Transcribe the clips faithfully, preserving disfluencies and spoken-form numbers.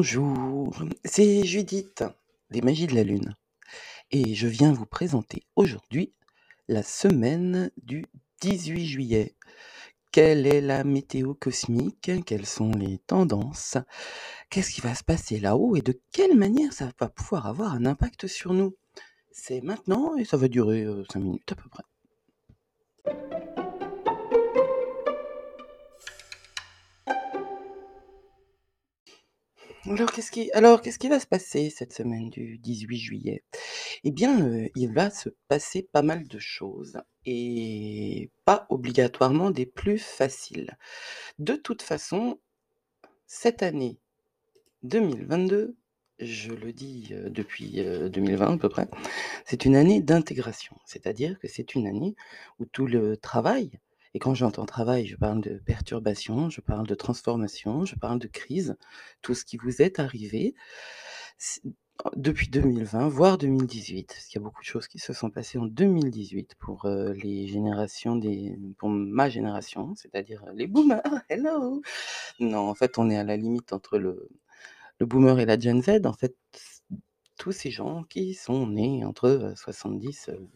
Bonjour, c'est Judith, des Magies de la Lune, et je viens vous présenter aujourd'hui la semaine du dix-huit juillet. Quelle est la météo cosmique? Quelles sont les tendances? Qu'est-ce qui va se passer là-haut et de quelle manière ça va pouvoir avoir un impact sur nous? C'est maintenant et ça va durer euh, cinq minutes à peu près. Alors qu'est-ce qui, alors, qu'est-ce qui va se passer cette semaine du dix-huit juillet? Eh bien, heu, il va se passer pas mal de choses et pas obligatoirement des plus faciles. De toute façon, cette année deux mille vingt-deux, je le dis, heu, depuis, heu, deux mille vingt à peu près, c'est une année d'intégration. C'est-à-dire que c'est une année où tout le travail, et quand j'entends travail, je parle de perturbation, je parle de transformation, je parle de crise, tout ce qui vous est arrivé, c depuis deux mille vingt, voire deux mille dix-huit, parce qu'il y a beaucoup de choses qui se sont passées en deux mille dix-huit pour, heu, les générations des pour ma génération, c'est-à-dire, heu, les boomers, hello! Non, en fait, on est à la limite entre le le boomer et la Gen Z, en fait, tous ces gens qui sont nés entre, heu, soixante-dix, heu,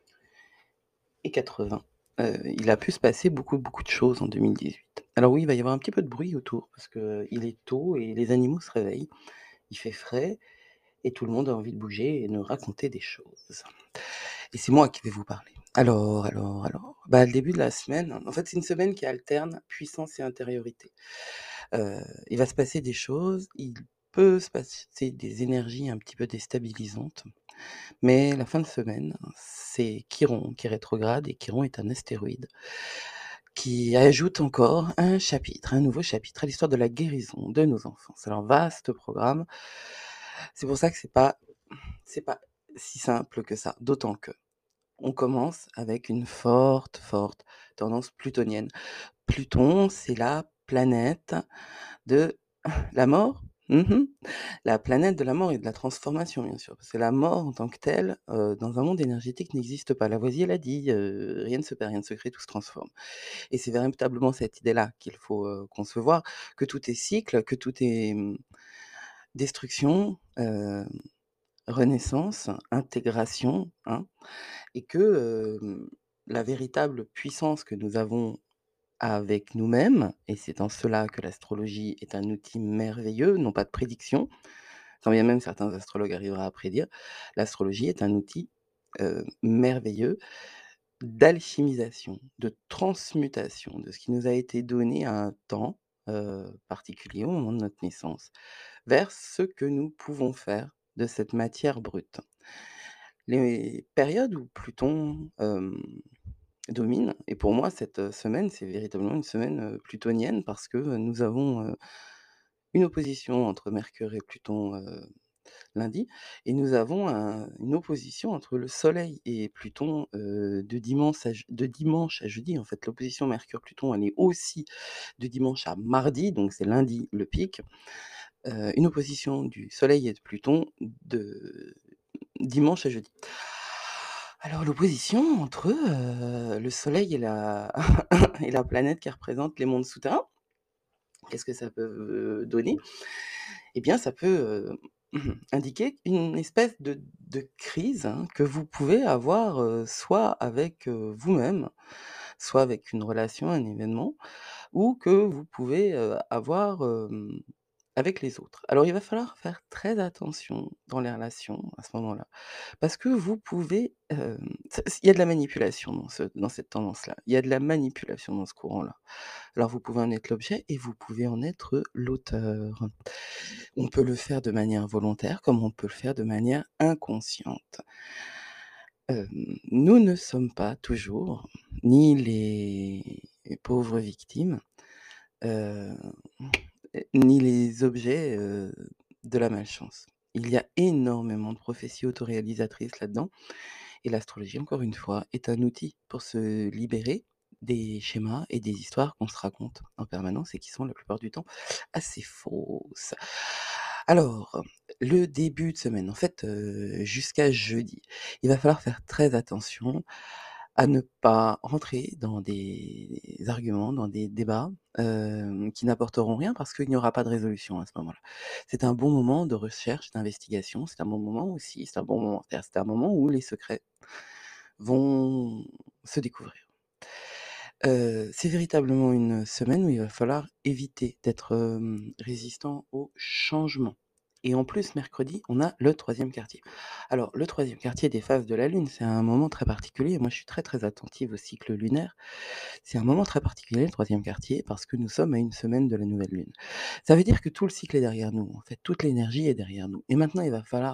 et quatre-vingts. Heu, il a pu se passer beaucoup, beaucoup de choses en deux mille dix-huit. Alors oui, il va y avoir un petit peu de bruit autour parce qu'il est tôt et les animaux se réveillent. Il fait frais et tout le monde a envie de bouger et de raconter des choses. Et c'est moi qui vais vous parler. Alors, alors, alors, bah, le début de la semaine, en fait, c'est une semaine qui alterne puissance et intériorité. Heu, il va se passer des choses, il peut se passer des énergies un petit peu déstabilisantes, mais la fin de semaine, c'est Chiron qui rétrograde et Chiron est un astéroïde qui ajoute encore un chapitre, un nouveau chapitre à l'histoire de la guérison de nos enfances. Alors vaste programme. C'est pour ça que c'est pas c'est pas si simple que ça, d'autant que on commence avec une forte, forte tendance plutonienne. Pluton, c'est la planète de la mort. Mmh. La planète de la mort et de la transformation, bien sûr, parce que la mort en tant que telle, heu, dans un monde énergétique n'existe pas. Lavoisier l'a dit, heu: «Rien ne se perd, rien ne se crée, tout se transforme» et c'est véritablement cette idée-là qu'il faut, heu, concevoir, que tout est cycle, que tout est, mmh, destruction, heu, renaissance, intégration, hein, et que, hem, la véritable puissance que nous avons avec nous-mêmes, et c'est en cela que l'astrologie est un outil merveilleux, non pas de prédiction, quand bien même certains astrologues arriveraient à prédire, l'astrologie est un outil, heu, merveilleux d'alchimisation, de transmutation de ce qui nous a été donné à un temps, heu, particulier au moment de notre naissance, vers ce que nous pouvons faire de cette matière brute. Les périodes où Pluton, hem, domine, et pour moi cette, heu, semaine, c'est véritablement une semaine, heu, plutonienne parce que, heu, nous avons, heu, une opposition entre Mercure et Pluton, heu, lundi, et nous avons un une opposition entre le Soleil et Pluton, heu, de dimanche à j de dimanche à jeudi. En fait, l'opposition Mercure-Pluton, elle est aussi de dimanche à mardi, donc c'est lundi le pic. Heu, une opposition du Soleil et de Pluton de dimanche à jeudi. Alors l'opposition entre, heu, le Soleil et la et la planète qui représente les mondes souterrains, qu'est-ce que ça peut, heu, donner? Eh bien, ça peut, heu, indiquer une espèce de de crise, hein, que vous pouvez avoir, heu, soit avec, heu, vous-même, soit avec une relation, un événement, ou que vous pouvez, heu, avoir, hem, avec les autres. Alors il va falloir faire très attention dans les relations à ce moment-là, parce que vous pouvez, hem, c il y a de la manipulation dans ce dans cette tendance-là. Il y a de la manipulation dans ce courant-là. Alors vous pouvez en être l'objet et vous pouvez en être l'auteur. On peut le faire de manière volontaire comme on peut le faire de manière inconsciente. Hem, nous ne sommes pas toujours ni les les pauvres victimes, heu, ni les objets, heu, de la malchance. Il y a énormément de prophéties autoréalisatrices là-dedans, et l'astrologie, encore une fois, est un outil pour se libérer des schémas et des histoires qu'on se raconte en permanence et qui sont la plupart du temps assez fausses. Alors, le début de semaine, en fait, heu, jusqu'à jeudi, il va falloir faire très attention à ne pas rentrer dans des arguments, dans des débats, hem, qui n'apporteront rien parce qu'il n'y aura pas de résolution à ce moment-là. C'est un bon moment de recherche, d'investigation, c'est un bon moment aussi c'est un bon moment, c'est-à-dire c'est un moment où les secrets vont se découvrir. Heu, c'est véritablement une semaine où il va falloir éviter d'être, hem, résistant au changement et en plus mercredi, on a le troisième quartier. Alors le troisième quartier des phases de la lune, c'est un moment très particulier. Moi, je suis très, très attentive au cycle lunaire. C'est un moment très particulier, le troisième quartier, parce que nous sommes à une semaine de la nouvelle lune. Ça veut dire que tout le cycle est derrière nous, en fait, toute l'énergie est derrière nous et maintenant il va falloir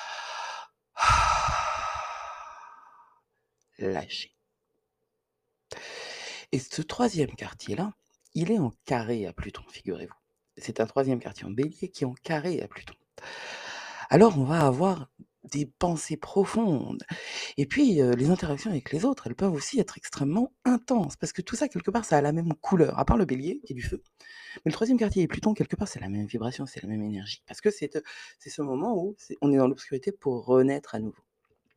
lâcher. Et ce troisième quartier-là, il est en carré à Pluton, figurez-vous. C'est un troisième quartier en Bélier qui est en carré à Pluton. Alors on va avoir des pensées profondes et puis, heu, les interactions avec les autres, elles peuvent aussi être extrêmement intenses parce que tout ça quelque part, ça a la même couleur, à part le Bélier qui est du feu. Mais le troisième quartier et Pluton quelque part, c'est la même vibration, c'est la même énergie parce que c'est, heu, c'est ce moment où c'est on est dans l'obscurité pour renaître à nouveau.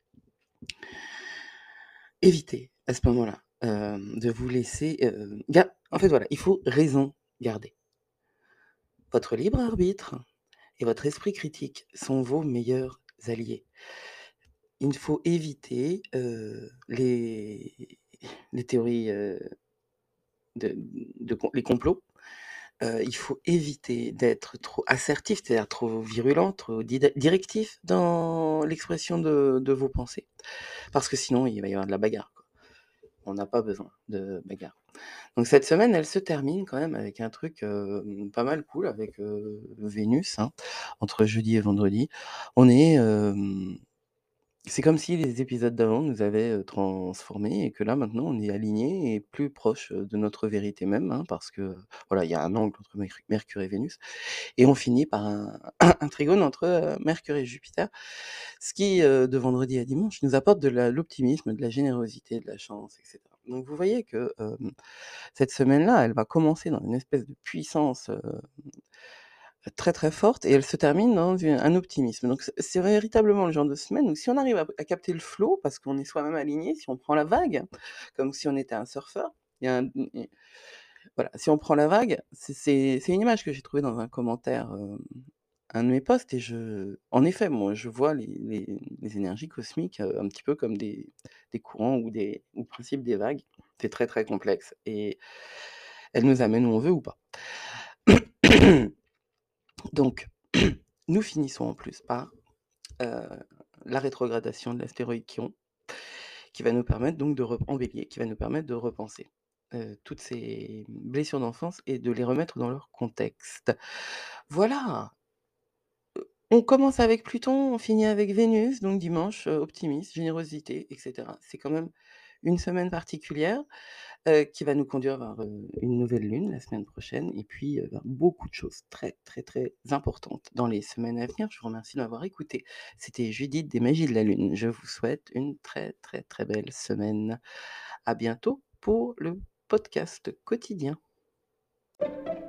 Évitez à ce moment-là, hem, de vous laisser, heu, ga en fait voilà, il faut raison garder. Votre libre arbitre et votre esprit critique sont vos meilleurs alliés. Il faut éviter, heu, les les théories, heu, de de com les complots. Heu, il faut éviter d'être trop assertif, c'est-à-dire trop virulent, trop dida directif dans l'expression de de vos pensées. Parce que sinon, il va y avoir de la bagarre, quoi. On n'a pas besoin de bagarre. Donc cette semaine, elle se termine quand même avec un truc, hem, pas mal cool avec, heu, Vénus, hein, entre jeudi et vendredi. On est, hem c'est comme si les épisodes d'avant nous avaient, heu, transformés et que là, maintenant, on est alignés et plus proche, heu, de notre vérité même, hein, parce que, voilà, il y a un angle entre Merc Mercure et Vénus et on finit par un un trigone entre, heu, Mercure et Jupiter. Ce qui, heu, de vendredi à dimanche, nous apporte de la l'optimisme, de la générosité, de la chance et cetera. Donc vous voyez que, hem, cette semaine-là, elle va commencer dans une espèce de puissance, heu, très, très forte et elle se termine dans une un optimisme. Donc c'est c'est véritablement le genre de semaine où si on arrive à à capter le flow, parce qu'on est soi-même aligné, si on prend la vague, comme si on était un surfeur, il y a un mmh, voilà, si on prend la vague, c'est c'est c'est une image que j'ai trouvée dans un commentaire, hem, un de mes posts et je en effet, moi, je vois les les les énergies cosmiques, heu, un petit peu comme des des courants ou des ou le principe des vagues. C'est très, très complexe et elles nous amènent où on veut ou pas. Donc, nous finissons en plus par, heu, la rétrogradation de l'astéroïde Chiron, qui va nous permettre donc de rep en Bélier, qui va nous permettre de repenser, heu, toutes ces blessures d'enfance et de les remettre dans leur contexte. Voilà! On commence avec Pluton, on finit avec Vénus, donc dimanche, heu, optimisme, générosité et cetera. C'est quand même une semaine particulière, heu, qui va nous conduire vers, heu, une nouvelle lune la semaine prochaine et puis, heu, vers beaucoup de choses très, très, très importantes dans les semaines à venir. Je vous remercie de m'avoir écouté. C'était Judith des Magies de la Lune. Je vous souhaite une très, très, très belle semaine. À bientôt pour le podcast quotidien.